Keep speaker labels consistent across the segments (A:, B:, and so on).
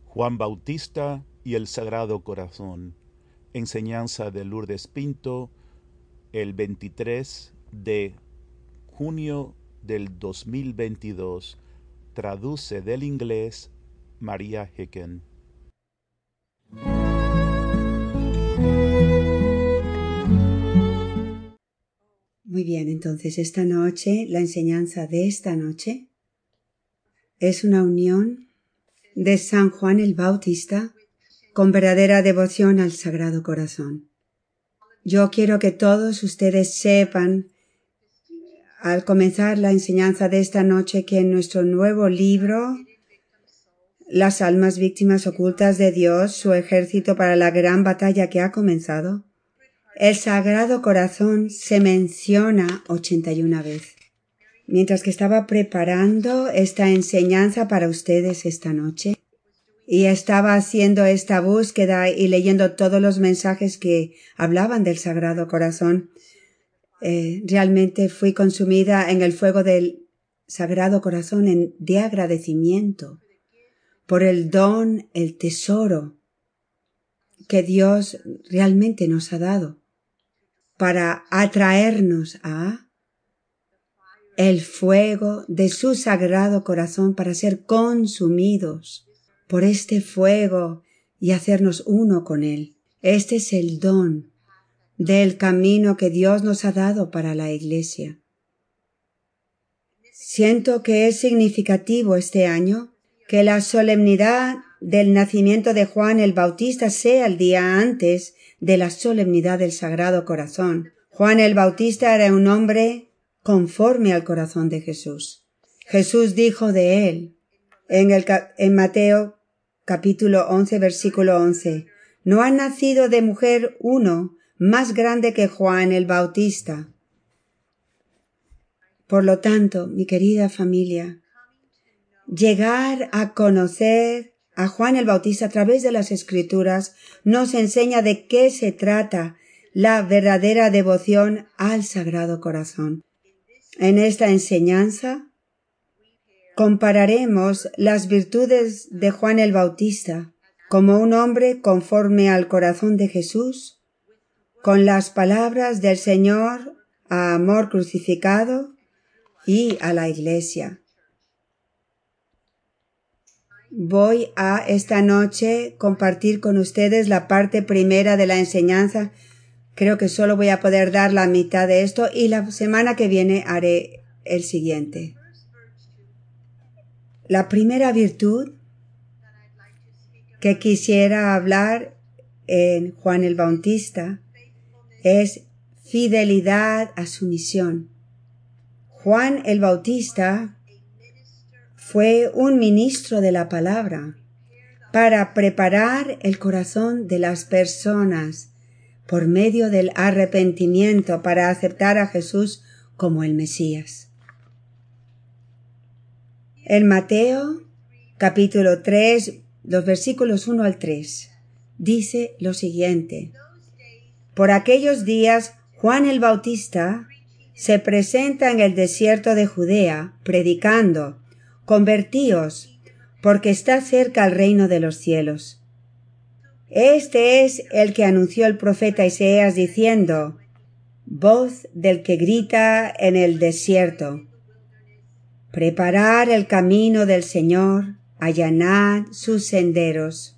A: Juan Bautista y el Sagrado Corazón. Enseñanza de Lourdes Pinto, el 23 de junio del 2022. Traduce del inglés María Hicken.
B: Muy bien, entonces esta noche, la enseñanza de esta noche es una unión de San Juan el Bautista con verdadera devoción al Sagrado Corazón. Yo quiero que todos ustedes sepan, al comenzar la enseñanza de esta noche, que en nuestro nuevo libro, Las almas víctimas ocultas de Dios, su ejército para la gran batalla que ha comenzado, el Sagrado Corazón se menciona 81 veces. Mientras que estaba preparando esta enseñanza para ustedes esta noche, y estaba haciendo esta búsqueda y leyendo todos los mensajes que hablaban del Sagrado Corazón, realmente fui consumida en el fuego del Sagrado Corazón de agradecimiento por el don, el tesoro que Dios realmente nos ha dado para atraernos a el fuego de su Sagrado Corazón, para ser consumidos por este fuego y hacernos uno con Él. Este es el don del camino que Dios nos ha dado para la Iglesia. Siento que es significativo este año que la solemnidad del nacimiento de Juan el Bautista sea el día antes de la solemnidad del Sagrado Corazón. Juan el Bautista era un hombre conforme al corazón de Jesús. Jesús dijo de él en Mateo capítulo 11, versículo 11, «No ha nacido de mujer uno más grande que Juan el Bautista». Por lo tanto, mi querida familia, llegar a conocer a Juan el Bautista a través de las Escrituras nos enseña de qué se trata la verdadera devoción al Sagrado Corazón. En esta enseñanza compararemos las virtudes de Juan el Bautista como un hombre conforme al corazón de Jesús con las palabras del Señor a amor crucificado y a la Iglesia. Voy a esta noche compartir con ustedes la parte primera de la enseñanza. Creo que solo voy a poder dar la mitad de esto y la semana que viene haré el siguiente. La primera virtud que quisiera hablar en Juan el Bautista es fidelidad a su misión. Juan el Bautista fue un ministro de la palabra para preparar el corazón de las personas por medio del arrepentimiento para aceptar a Jesús como el Mesías. En Mateo, capítulo 3, los versículos 1 al 3, dice lo siguiente. Por aquellos días, Juan el Bautista se presenta en el desierto de Judea, predicando, «Convertíos, porque está cerca el reino de los cielos». Este es el que anunció el profeta Isaías diciendo, «Voz del que grita en el desierto, preparad el camino del Señor, allanad sus senderos».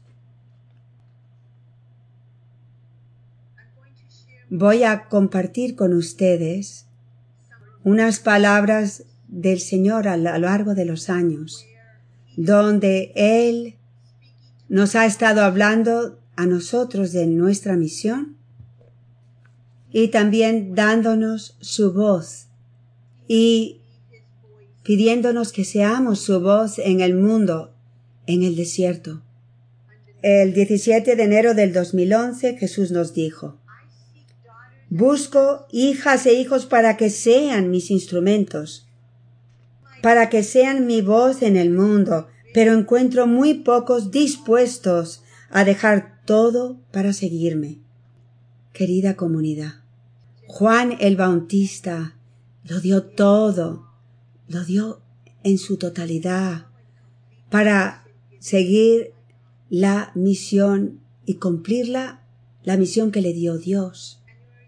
B: Voy a compartir con ustedes unas palabras del Señor a lo largo de los años, donde Él nos ha estado hablando a nosotros de nuestra misión y también dándonos su voz y pidiéndonos que seamos su voz en el mundo, en el desierto. El 17 de enero del 2011 Jesús nos dijo, «Busco hijas e hijos para que sean mis instrumentos, para que sean mi voz en el mundo, pero encuentro muy pocos dispuestos a dejar todo para seguirme». Querida comunidad, Juan el Bautista lo dio todo, lo dio en su totalidad para seguir la misión y cumplirla, la misión que le dio Dios.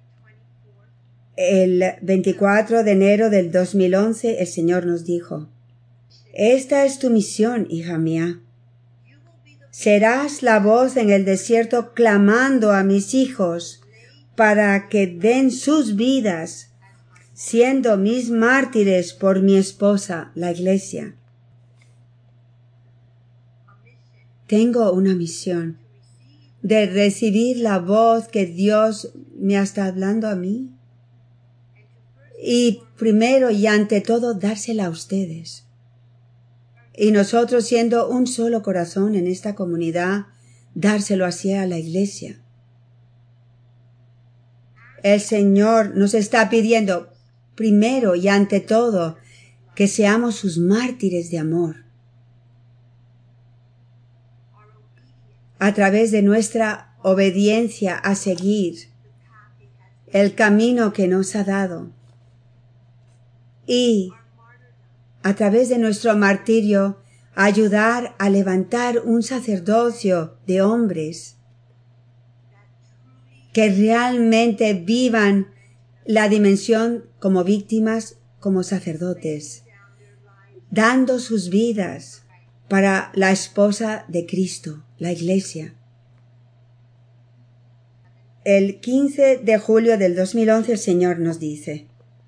B: El 24 de enero del 2011 el Señor nos dijo: esta es tu misión, hija mía. Serás la voz en el desierto clamando a mis hijos para que den sus vidas, siendo mis mártires por mi esposa, la Iglesia. Tengo una misión de recibir la voz que Dios me está hablando a mí y primero y ante todo dársela a ustedes. Y nosotros, siendo un solo corazón en esta comunidad, dárselo así a la Iglesia. El Señor nos está pidiendo primero y ante todo que seamos sus mártires de amor. A través de nuestra obediencia a seguir el camino que nos ha dado. Y a través de nuestro martirio ayudar a levantar un sacerdocio de hombres que realmente vivan la dimensión como víctimas, como sacerdotes, dando sus vidas para la esposa de Cristo, la Iglesia. El 15 de julio del 2011 el Señor nos dice: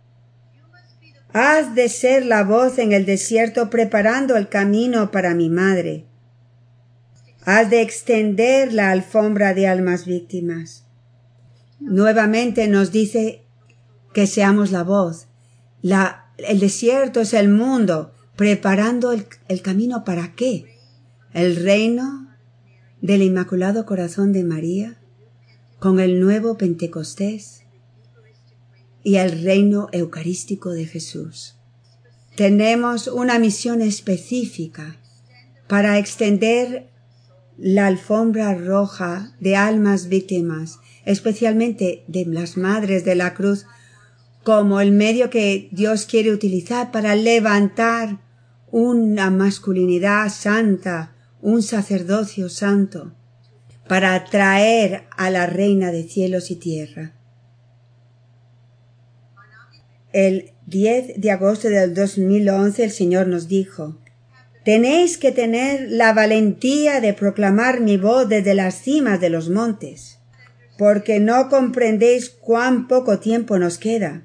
B: has de ser la voz en el desierto preparando el camino para mi madre. Has de extender la alfombra de almas víctimas. Nuevamente nos dice que seamos la voz. El desierto es el mundo, preparando el camino ¿para qué? El reino del Inmaculado Corazón de María, con el nuevo Pentecostés y el reino eucarístico de Jesús. Tenemos una misión específica para extender la alfombra roja de almas víctimas, especialmente de las madres de la cruz, como el medio que Dios quiere utilizar para levantar una masculinidad santa, un sacerdocio santo, para atraer a la Reina de cielos y tierra. El 10 de agosto del 2011 el Señor nos dijo: tenéis que tener la valentía de proclamar mi voz desde las cimas de los montes, porque no comprendéis cuán poco tiempo nos queda.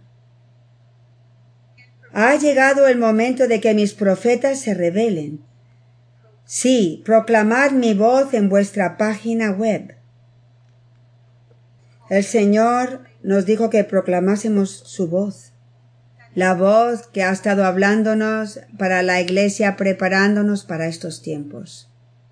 B: Ha llegado el momento de que mis profetas se rebelen. Sí, proclamad mi voz en vuestra página web. El Señor nos dijo que proclamásemos su voz. La voz que ha estado hablándonos para la Iglesia, preparándonos para estos tiempos.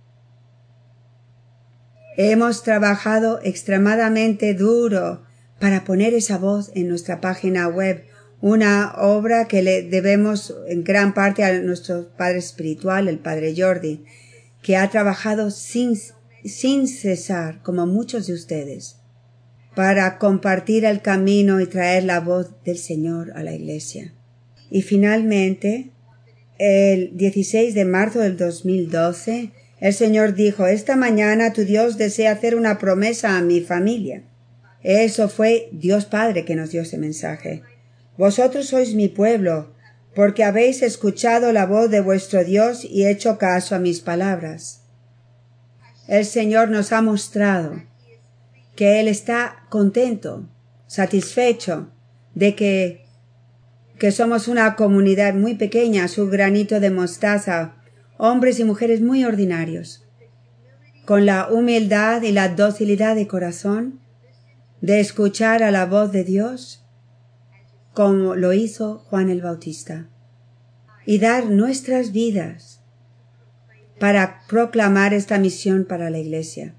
B: Hemos trabajado extremadamente duro para poner esa voz en nuestra página web, una obra que le debemos en gran parte a nuestro padre espiritual, el padre Jordi, que ha trabajado sin cesar, como muchos de ustedes, para compartir el camino y traer la voz del Señor a la Iglesia. Y finalmente, el 16 de marzo del 2012, el Señor dijo: esta mañana tu Dios desea hacer una promesa a mi familia. Eso fue Dios Padre que nos dio ese mensaje. Vosotros sois mi pueblo, porque habéis escuchado la voz de vuestro Dios y hecho caso a mis palabras. El Señor nos ha mostrado que Él está contento, satisfecho de que somos una comunidad muy pequeña, su granito de mostaza, hombres y mujeres muy ordinarios, con la humildad y la docilidad de corazón de escuchar a la voz de Dios, como lo hizo Juan el Bautista, y dar nuestras vidas para proclamar esta misión para la Iglesia.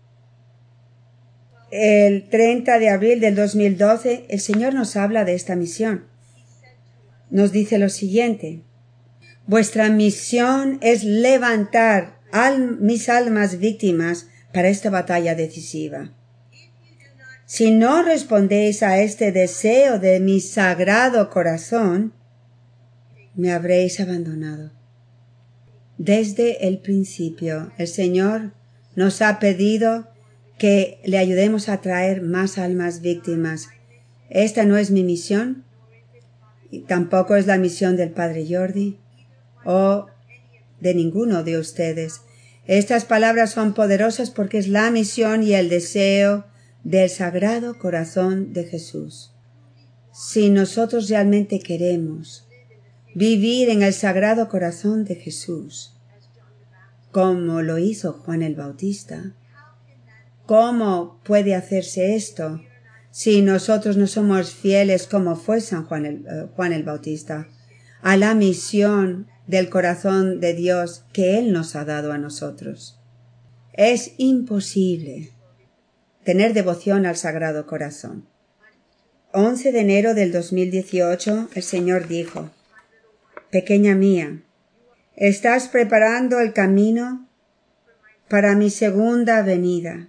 B: El 30 de abril del 2012, el Señor nos habla de esta misión. Nos dice lo siguiente: vuestra misión es levantar mis almas víctimas para esta batalla decisiva. Si no respondéis a este deseo de mi sagrado corazón, me habréis abandonado. Desde el principio, el Señor nos ha pedido que le ayudemos a traer más almas víctimas. Esta no es mi misión, y tampoco es la misión del Padre Jordi o de ninguno de ustedes. Estas palabras son poderosas porque es la misión y el deseo del Sagrado Corazón de Jesús. Si nosotros realmente queremos vivir en el Sagrado Corazón de Jesús, como lo hizo Juan el Bautista, ¿cómo puede hacerse esto si nosotros no somos fieles como fue Juan el Bautista a la misión del corazón de Dios que Él nos ha dado a nosotros? Es imposible tener devoción al Sagrado Corazón. 11 de enero del 2018, el Señor dijo: pequeña mía, estás preparando el camino para mi segunda venida.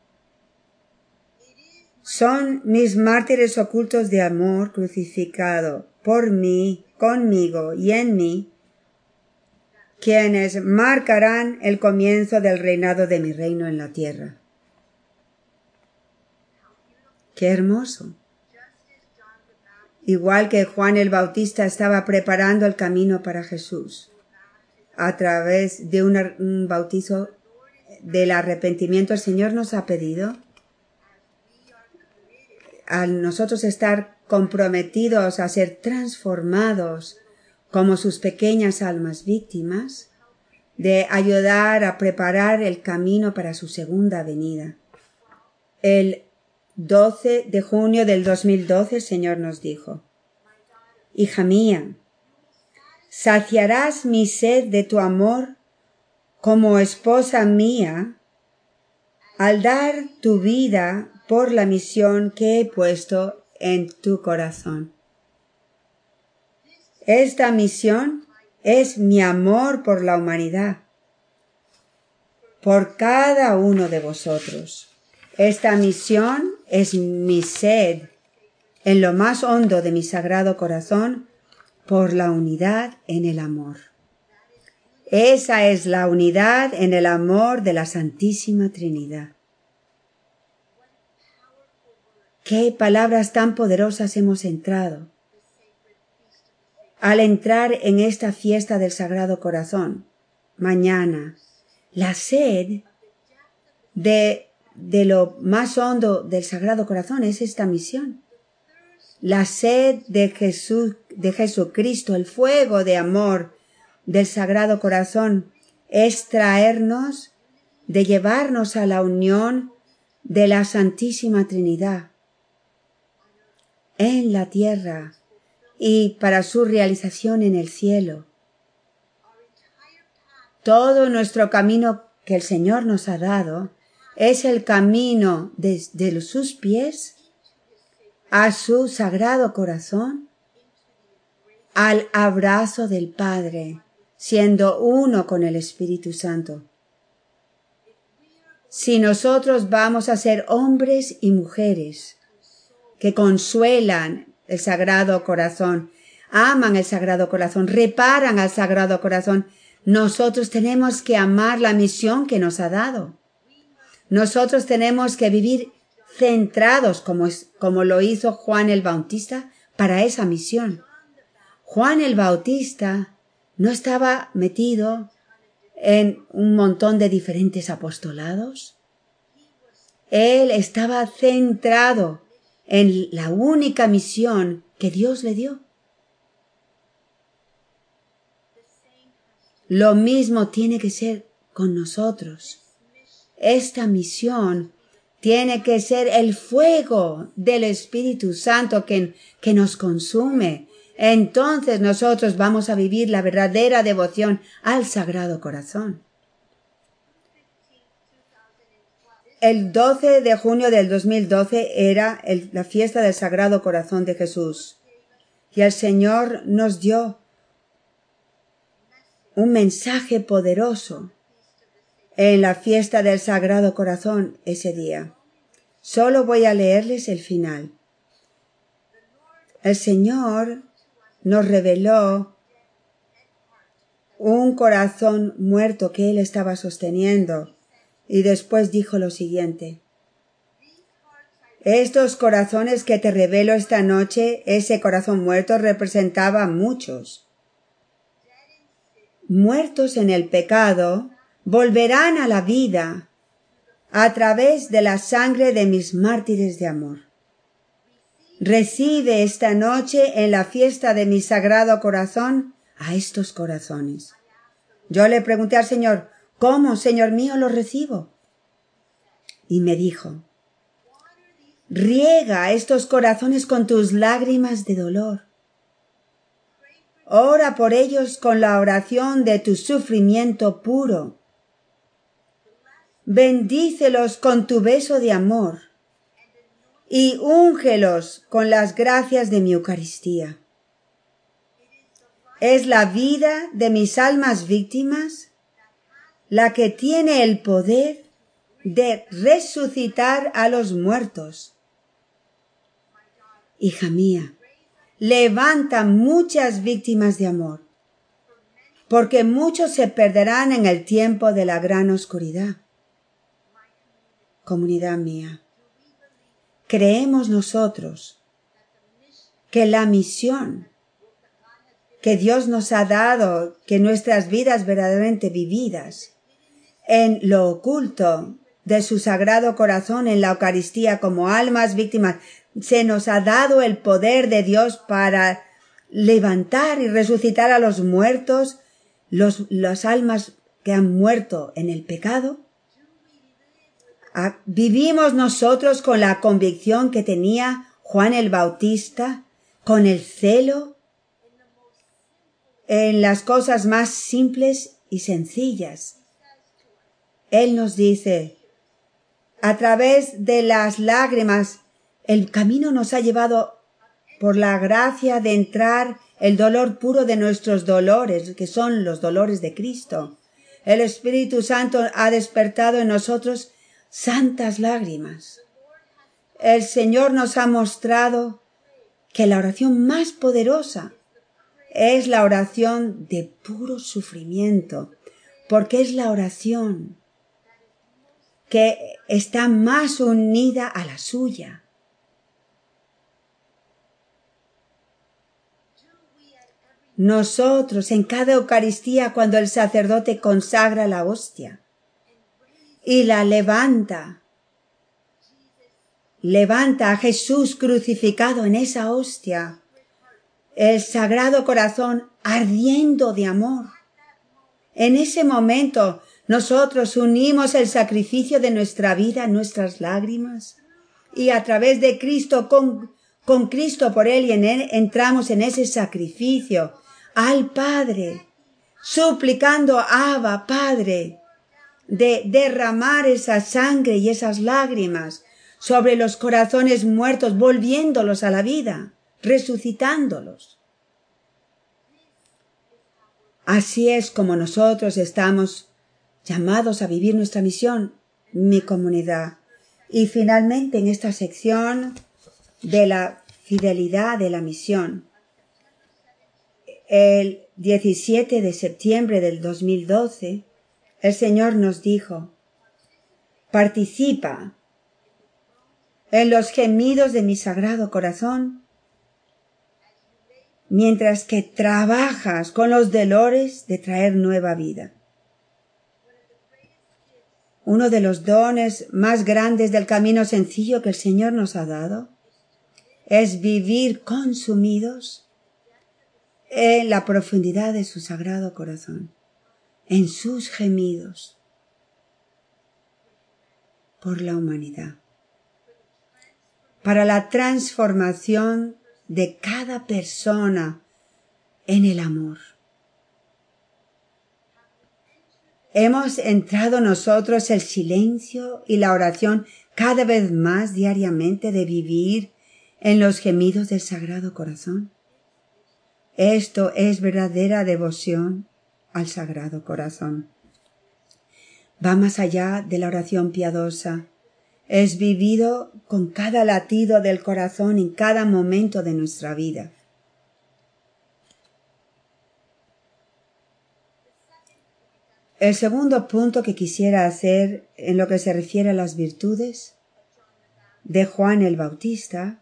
B: Son mis mártires ocultos de amor crucificado por mí, conmigo y en mí, quienes marcarán el comienzo del reinado de mi reino en la tierra. ¡Qué hermoso! Igual que Juan el Bautista estaba preparando el camino para Jesús a través de un bautizo del arrepentimiento, el Señor nos ha pedido, al nosotros estar comprometidos a ser transformados como sus pequeñas almas víctimas, de ayudar a preparar el camino para su segunda venida. El 12 de junio del 2012 el Señor nos dijo: hija mía, saciarás mi sed de tu amor como esposa mía al dar tu vida por la misión que he puesto en tu corazón. Esta misión es mi amor por la humanidad, por cada uno de vosotros. Esta misión es mi sed en lo más hondo de mi Sagrado Corazón por la unidad en el amor. Esa es la unidad en el amor de la Santísima Trinidad. ¡Qué palabras tan poderosas hemos entrado al entrar en esta fiesta del Sagrado Corazón! Mañana, la sed de lo más hondo del Sagrado Corazón es esta misión. La sed de Jesucristo, el fuego de amor del Sagrado Corazón, es traernos, de llevarnos a la unión de la Santísima Trinidad en la tierra y para su realización en el cielo. Todo nuestro camino que el Señor nos ha dado es el camino desde sus pies a su Sagrado Corazón, al abrazo del Padre, siendo uno con el Espíritu Santo. Si nosotros vamos a ser hombres y mujeres que consuelan el Sagrado Corazón, aman el Sagrado Corazón, reparan al Sagrado Corazón, nosotros tenemos que amar la misión que nos ha dado. Nosotros tenemos que vivir centrados como lo hizo Juan el Bautista para esa misión. Juan el Bautista no estaba metido en un montón de diferentes apostolados. Él estaba centrado en la única misión que Dios le dio. Lo mismo tiene que ser con nosotros. Esta misión tiene que ser el fuego del Espíritu Santo que nos consume. Entonces nosotros vamos a vivir la verdadera devoción al Sagrado Corazón. El 12 de junio del 2012 era la fiesta del Sagrado Corazón de Jesús. Y el Señor nos dio un mensaje poderoso en la fiesta del Sagrado Corazón ese día. Solo voy a leerles el final. El Señor nos reveló un corazón muerto que Él estaba sosteniendo Y después dijo lo siguiente: estos corazones que te revelo esta noche, ese corazón muerto representaba a muchos. Muertos en el pecado, volverán a la vida a través de la sangre de mis mártires de amor. Recibe esta noche en la fiesta de mi sagrado corazón a estos corazones. Yo le pregunté al Señor: ¿cómo, Señor mío, los recibo? Y me dijo: riega estos corazones con tus lágrimas de dolor. Ora por ellos con la oración de tu sufrimiento puro. Bendícelos con tu beso de amor y úngelos con las gracias de mi Eucaristía. Es la vida de mis almas víctimas la que tiene el poder de resucitar a los muertos. Hija mía, levanta muchas víctimas de amor, porque muchos se perderán en el tiempo de la gran oscuridad. Comunidad mía, creemos nosotros que la misión que Dios nos ha dado, que nuestras vidas verdaderamente vividas en lo oculto de su Sagrado Corazón, en la Eucaristía, como almas víctimas, se nos ha dado el poder de Dios para levantar y resucitar a los muertos, las almas que han muerto en el pecado. Vivimos nosotros con la convicción que tenía Juan el Bautista, con el celo en las cosas más simples y sencillas. Él nos dice: a través de las lágrimas, el camino nos ha llevado por la gracia de entrar el dolor puro de nuestros dolores, que son los dolores de Cristo. El Espíritu Santo ha despertado en nosotros santas lágrimas. El Señor nos ha mostrado que la oración más poderosa es la oración de puro sufrimiento, porque es la oración que está más unida a la suya. Nosotros, en cada Eucaristía, cuando el sacerdote consagra la hostia y la levanta a Jesús crucificado en esa hostia, el Sagrado Corazón ardiendo de amor. En ese momento nosotros unimos el sacrificio de nuestra vida, nuestras lágrimas, y a través de Cristo, con Cristo por Él y en Él, entramos en ese sacrificio al Padre, suplicando: Abba, Padre, de derramar esa sangre y esas lágrimas sobre los corazones muertos, volviéndolos a la vida, resucitándolos. Así es como nosotros estamos llamados a vivir nuestra misión, mi comunidad. Y finalmente, en esta sección de la fidelidad de la misión, el 17 de septiembre del 2012, el Señor nos dijo: participa en los gemidos de mi Sagrado Corazón mientras que trabajas con los dolores de traer nueva vida. Uno de los dones más grandes del camino sencillo que el Señor nos ha dado es vivir consumidos en la profundidad de su Sagrado Corazón, en sus gemidos por la humanidad, para la transformación de cada persona en el amor. Hemos entrado nosotros el silencio y la oración cada vez más diariamente de vivir en los gemidos del Sagrado Corazón. Esto es verdadera devoción al Sagrado Corazón. Va más allá de la oración piadosa. Es vivido con cada latido del corazón en cada momento de nuestra vida. El segundo punto que quisiera hacer en lo que se refiere a las virtudes de Juan el Bautista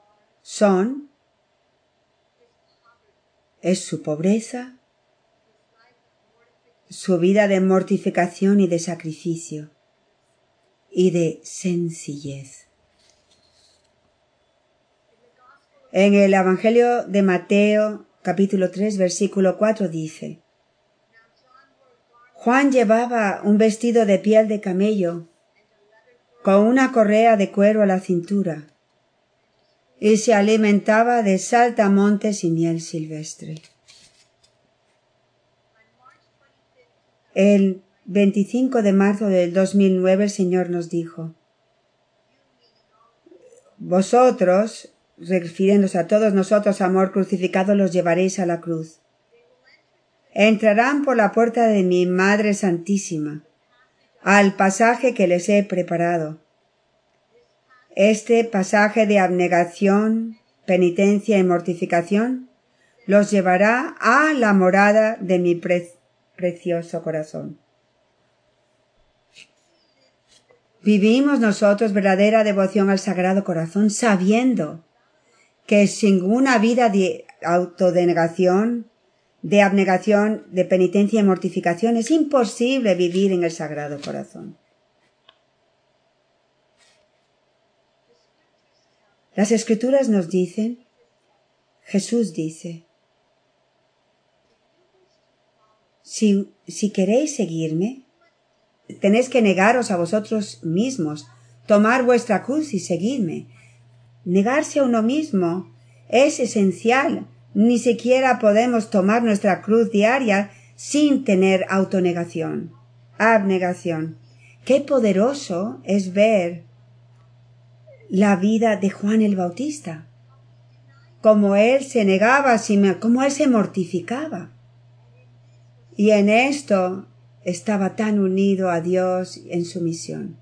B: es su pobreza, su vida de mortificación y de sacrificio y de sencillez. En el Evangelio de Mateo, capítulo 3, versículo 4 dice: Juan llevaba un vestido de piel de camello con una correa de cuero a la cintura y se alimentaba de saltamontes y miel silvestre. El 25 de marzo del 2009 el Señor nos dijo: vosotros, refiriéndose a todos nosotros, amor crucificado, los llevaréis a la cruz. Entrarán por la puerta de mi Madre Santísima, al pasaje que les he preparado. Este pasaje de abnegación, penitencia y mortificación los llevará a la morada de mi precioso corazón. Vivimos nosotros verdadera devoción al Sagrado Corazón sabiendo que sin una vida de autodenegación, de abnegación, de penitencia y mortificación es imposible vivir en el Sagrado Corazón. Las Escrituras nos dicen, Jesús dice: si queréis seguirme, tenéis que negaros a vosotros mismos, tomar vuestra cruz y seguirme. Negarse a uno mismo es esencial. Ni siquiera podemos tomar nuestra cruz diaria sin tener autonegación, abnegación. Qué poderoso es ver la vida de Juan el Bautista, cómo él se negaba, cómo él se mortificaba. Y en esto estaba tan unido a Dios en su misión.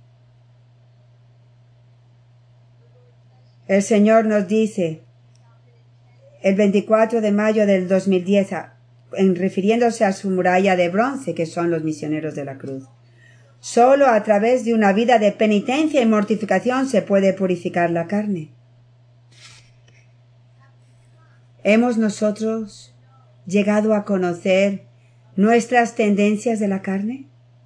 B: El Señor nos dice, el 24 de mayo del 2010, refiriéndose a su muralla de bronce, que son los misioneros de la cruz: solo a través de una vida de penitencia y mortificación se puede purificar la carne. ¿Hemos nosotros llegado a conocer nuestras tendencias de la carne?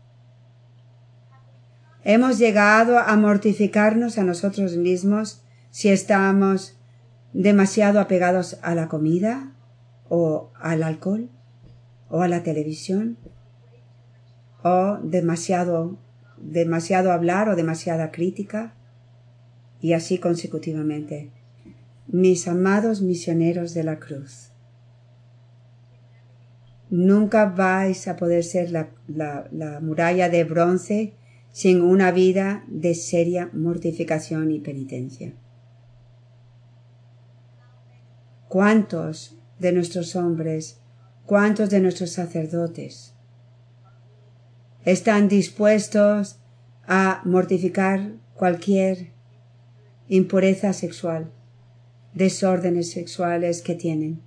B: ¿Hemos llegado a mortificarnos a nosotros mismos si estamos demasiado apegados a la comida, o al alcohol, o a la televisión, o demasiado hablar o demasiada crítica? Y así consecutivamente. Mis amados misioneros de la cruz, nunca vais a poder ser la muralla de bronce sin una vida de seria mortificación y penitencia. ¿Cuántos de nuestros hombres, cuántos de nuestros sacerdotes están dispuestos a mortificar cualquier impureza sexual, desórdenes sexuales que tienen?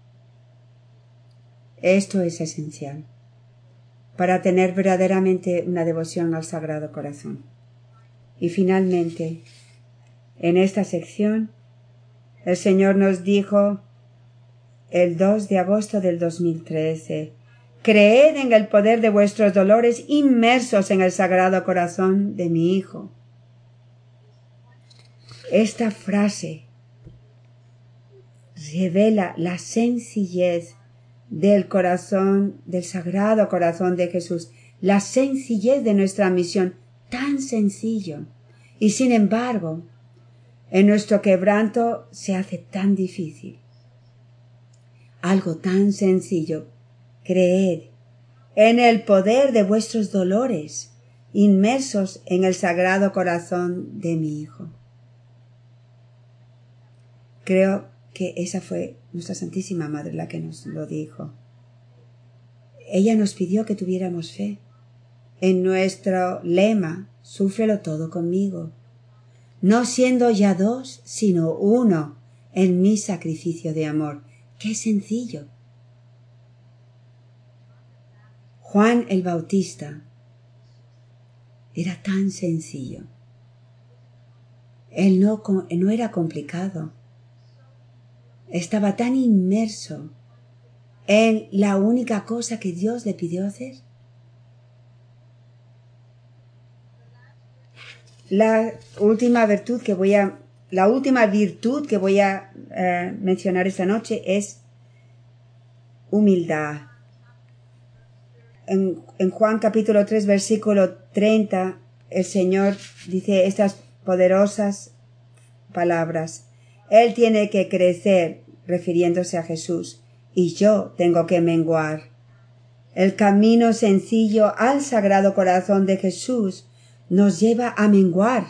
B: Esto es esencial para tener verdaderamente una devoción al Sagrado Corazón. Y finalmente, en esta sección, el Señor nos dijo el 2 de agosto del 2013, creed en el poder de vuestros dolores inmersos en el Sagrado Corazón de mi Hijo. Esta frase revela la sencillez del corazón, del Sagrado Corazón de Jesús, la sencillez de nuestra misión, tan sencillo, y sin embargo, en nuestro quebranto se hace tan difícil. Algo tan sencillo: creed en el poder de vuestros dolores, inmersos en el Sagrado Corazón de mi Hijo. Creo que esa fue nuestra Santísima Madre la que nos lo dijo. Ella nos pidió que tuviéramos fe. En nuestro lema, súfrelo todo conmigo, no siendo ya dos, sino uno en mi sacrificio de amor. ¡Qué sencillo! Juan el Bautista era tan sencillo. Él no era complicado. Estaba tan inmerso en la única cosa que Dios le pidió hacer. La última virtud que voy a mencionar esta noche es humildad. En Juan capítulo 3, versículo 30, el Señor dice estas poderosas palabras. Él tiene que crecer, refiriéndose a Jesús, y yo tengo que menguar. El camino sencillo al Sagrado Corazón de Jesús nos lleva a menguar,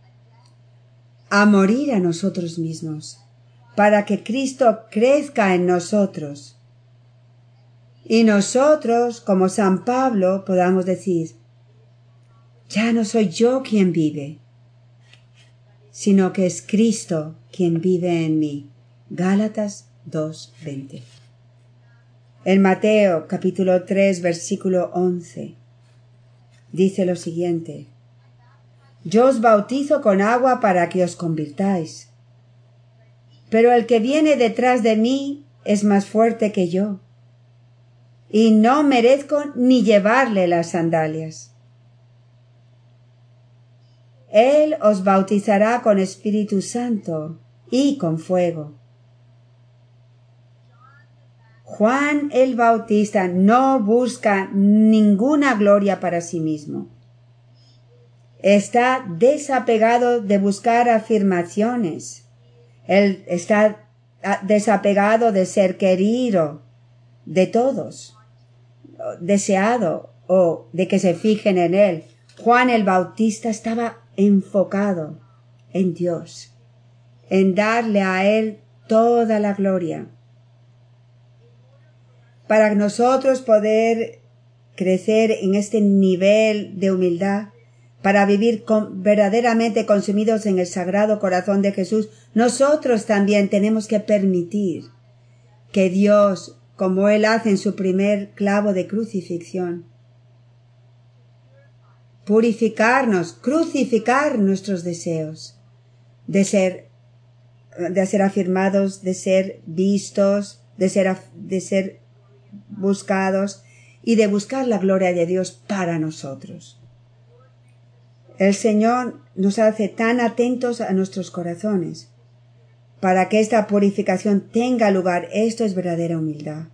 B: a morir a nosotros mismos, para que Cristo crezca en nosotros. Y nosotros, como San Pablo, podamos decir, ya no soy yo quien vive, sino que es Cristo quien vive en mí. Gálatas 2:20. En Mateo capítulo 3, versículo 11, dice lo siguiente: Yo os bautizo con agua para que os convirtáis, pero el que viene detrás de mí es más fuerte que yo, y no merezco ni llevarle las sandalias. Él os bautizará con Espíritu Santo y con fuego. Juan el Bautista no busca ninguna gloria para sí mismo. Está desapegado de buscar afirmaciones. Él está desapegado de ser querido de todos, deseado o de que se fijen en él. Juan el Bautista estaba enfocado en Dios, en darle a él toda la gloria. Para nosotros poder crecer en este nivel de humildad, para vivir verdaderamente consumidos en el Sagrado Corazón de Jesús, nosotros también tenemos que permitir que Dios, como Él hace en su primer clavo de crucifixión, crucificar nuestros deseos de ser afirmados, de ser vistos, de ser buscados y de buscar la gloria de Dios para nosotros. El Señor nos hace tan atentos a nuestros corazones para que esta purificación tenga lugar. Esto es verdadera humildad.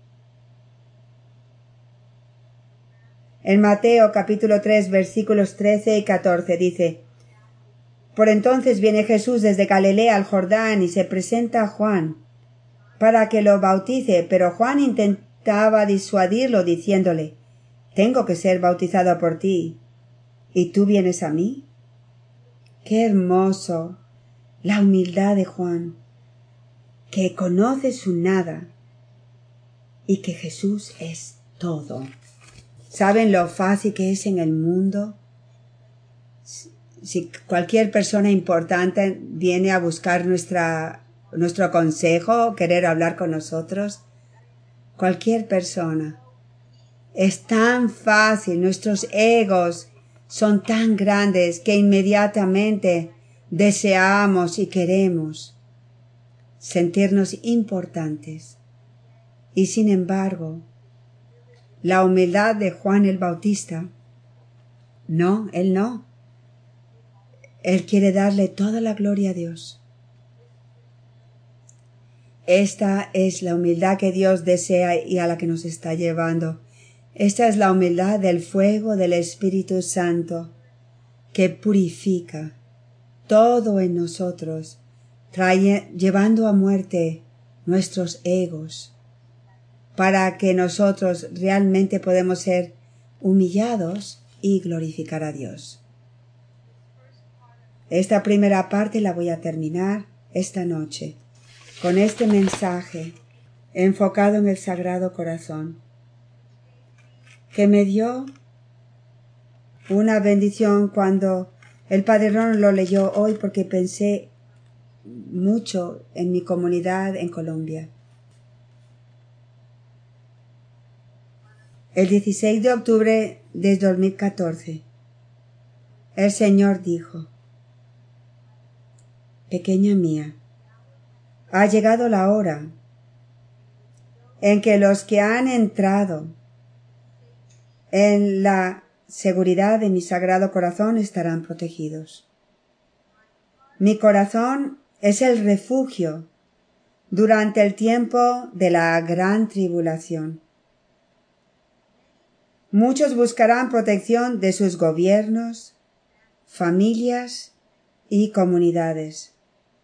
B: En Mateo capítulo 3 versículos 13 y 14 dice: Por entonces viene Jesús desde Galilea al Jordán y se presenta a Juan para que lo bautice, pero Juan intentaba disuadirlo diciéndole: Tengo que ser bautizado por ti, ¿y tú vienes a mí? ¡Qué hermoso! La humildad de Juan, que conoce su nada y que Jesús es todo. ¿Saben lo fácil que es en el mundo? Si cualquier persona importante viene a buscar nuestro consejo, querer hablar con nosotros, cualquier persona, es tan fácil, nuestros egos son tan grandes que inmediatamente deseamos y queremos sentirnos importantes. Y sin embargo, la humildad de Juan el Bautista, no, él no. Él quiere darle toda la gloria a Dios. Esta es la humildad que Dios desea y a la que nos está llevando. Esta es la humildad del fuego del Espíritu Santo que purifica todo en nosotros, llevando a muerte nuestros egos, para que nosotros realmente podemos ser humillados y glorificar a Dios. Esta primera parte la voy a terminar esta noche con este mensaje enfocado en el Sagrado Corazón, que me dio una bendición cuando el Padre Ron lo leyó hoy, porque pensé mucho en mi comunidad en Colombia. El 16 de octubre de 2014, el Señor dijo: pequeña mía, ha llegado la hora en que los que han entrado en la seguridad de mi sagrado corazón estarán protegidos. Mi corazón es el refugio durante el tiempo de la gran tribulación. Muchos buscarán protección de sus gobiernos, familias y comunidades.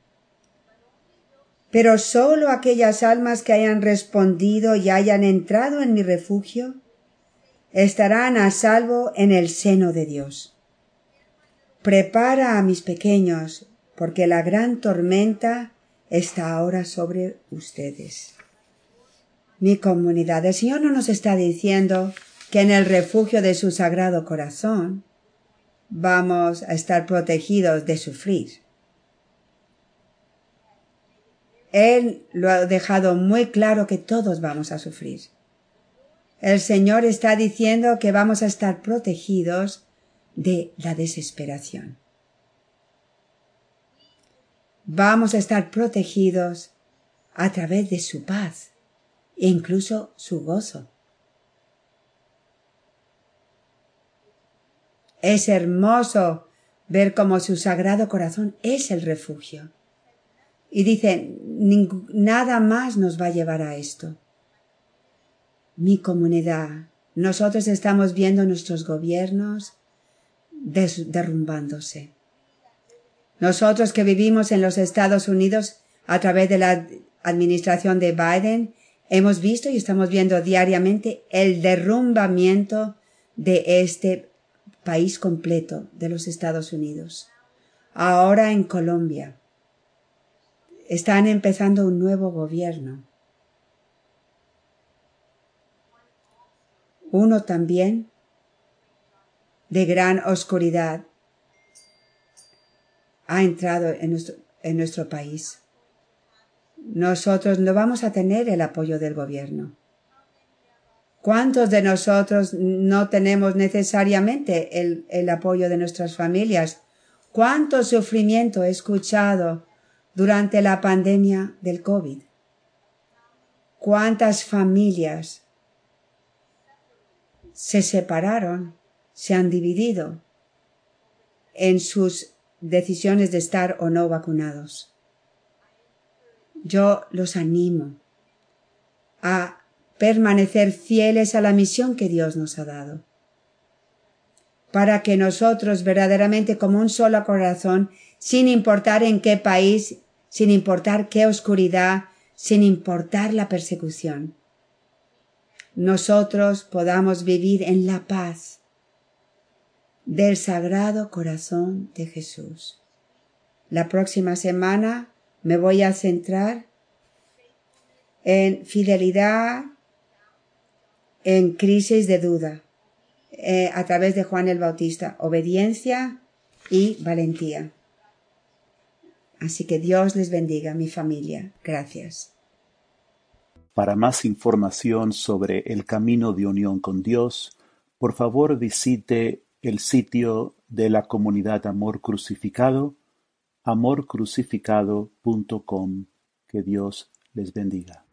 B: Pero solo aquellas almas que hayan respondido y hayan entrado en mi refugio estarán a salvo en el seno de Dios. Prepara a mis pequeños, porque la gran tormenta está ahora sobre ustedes. Mi comunidad, el Señor no nos está diciendo que en el refugio de su sagrado corazón vamos a estar protegidos de sufrir. Él lo ha dejado muy claro que todos vamos a sufrir. El Señor está diciendo que vamos a estar protegidos de la desesperación. Vamos a estar protegidos a través de su paz e incluso su gozo. Es hermoso ver cómo su sagrado corazón es el refugio. Y dice, nada más nos va a llevar a esto. Mi comunidad, nosotros estamos viendo nuestros gobiernos derrumbándose. Nosotros que vivimos en los Estados Unidos a través de la administración de Biden, hemos visto y estamos viendo diariamente el derrumbamiento de este país completo de los Estados Unidos. Ahora en Colombia están empezando un nuevo gobierno. Uno también de gran oscuridad ha entrado en nuestro país. Nosotros no vamos a tener el apoyo del gobierno. ¿Cuántos de nosotros no tenemos necesariamente el apoyo de nuestras familias? ¿Cuánto sufrimiento he escuchado durante la pandemia del COVID? ¿Cuántas familias se separaron, se han dividido en sus decisiones de estar o no vacunados? Yo los animo a permanecer fieles a la misión que Dios nos ha dado, para que nosotros verdaderamente como un solo corazón, sin importar en qué país, sin importar qué oscuridad, sin importar la persecución, nosotros podamos vivir en la paz del Sagrado Corazón de Jesús. La próxima semana me voy a centrar en fidelidad, en crisis de duda, a través de Juan el Bautista, obediencia y valentía. Así que Dios les bendiga, mi familia. Gracias.
A: Para más información sobre el camino de unión con Dios, por favor visite el sitio de la comunidad Amor Crucificado, amorcrucificado.com. Que Dios les bendiga.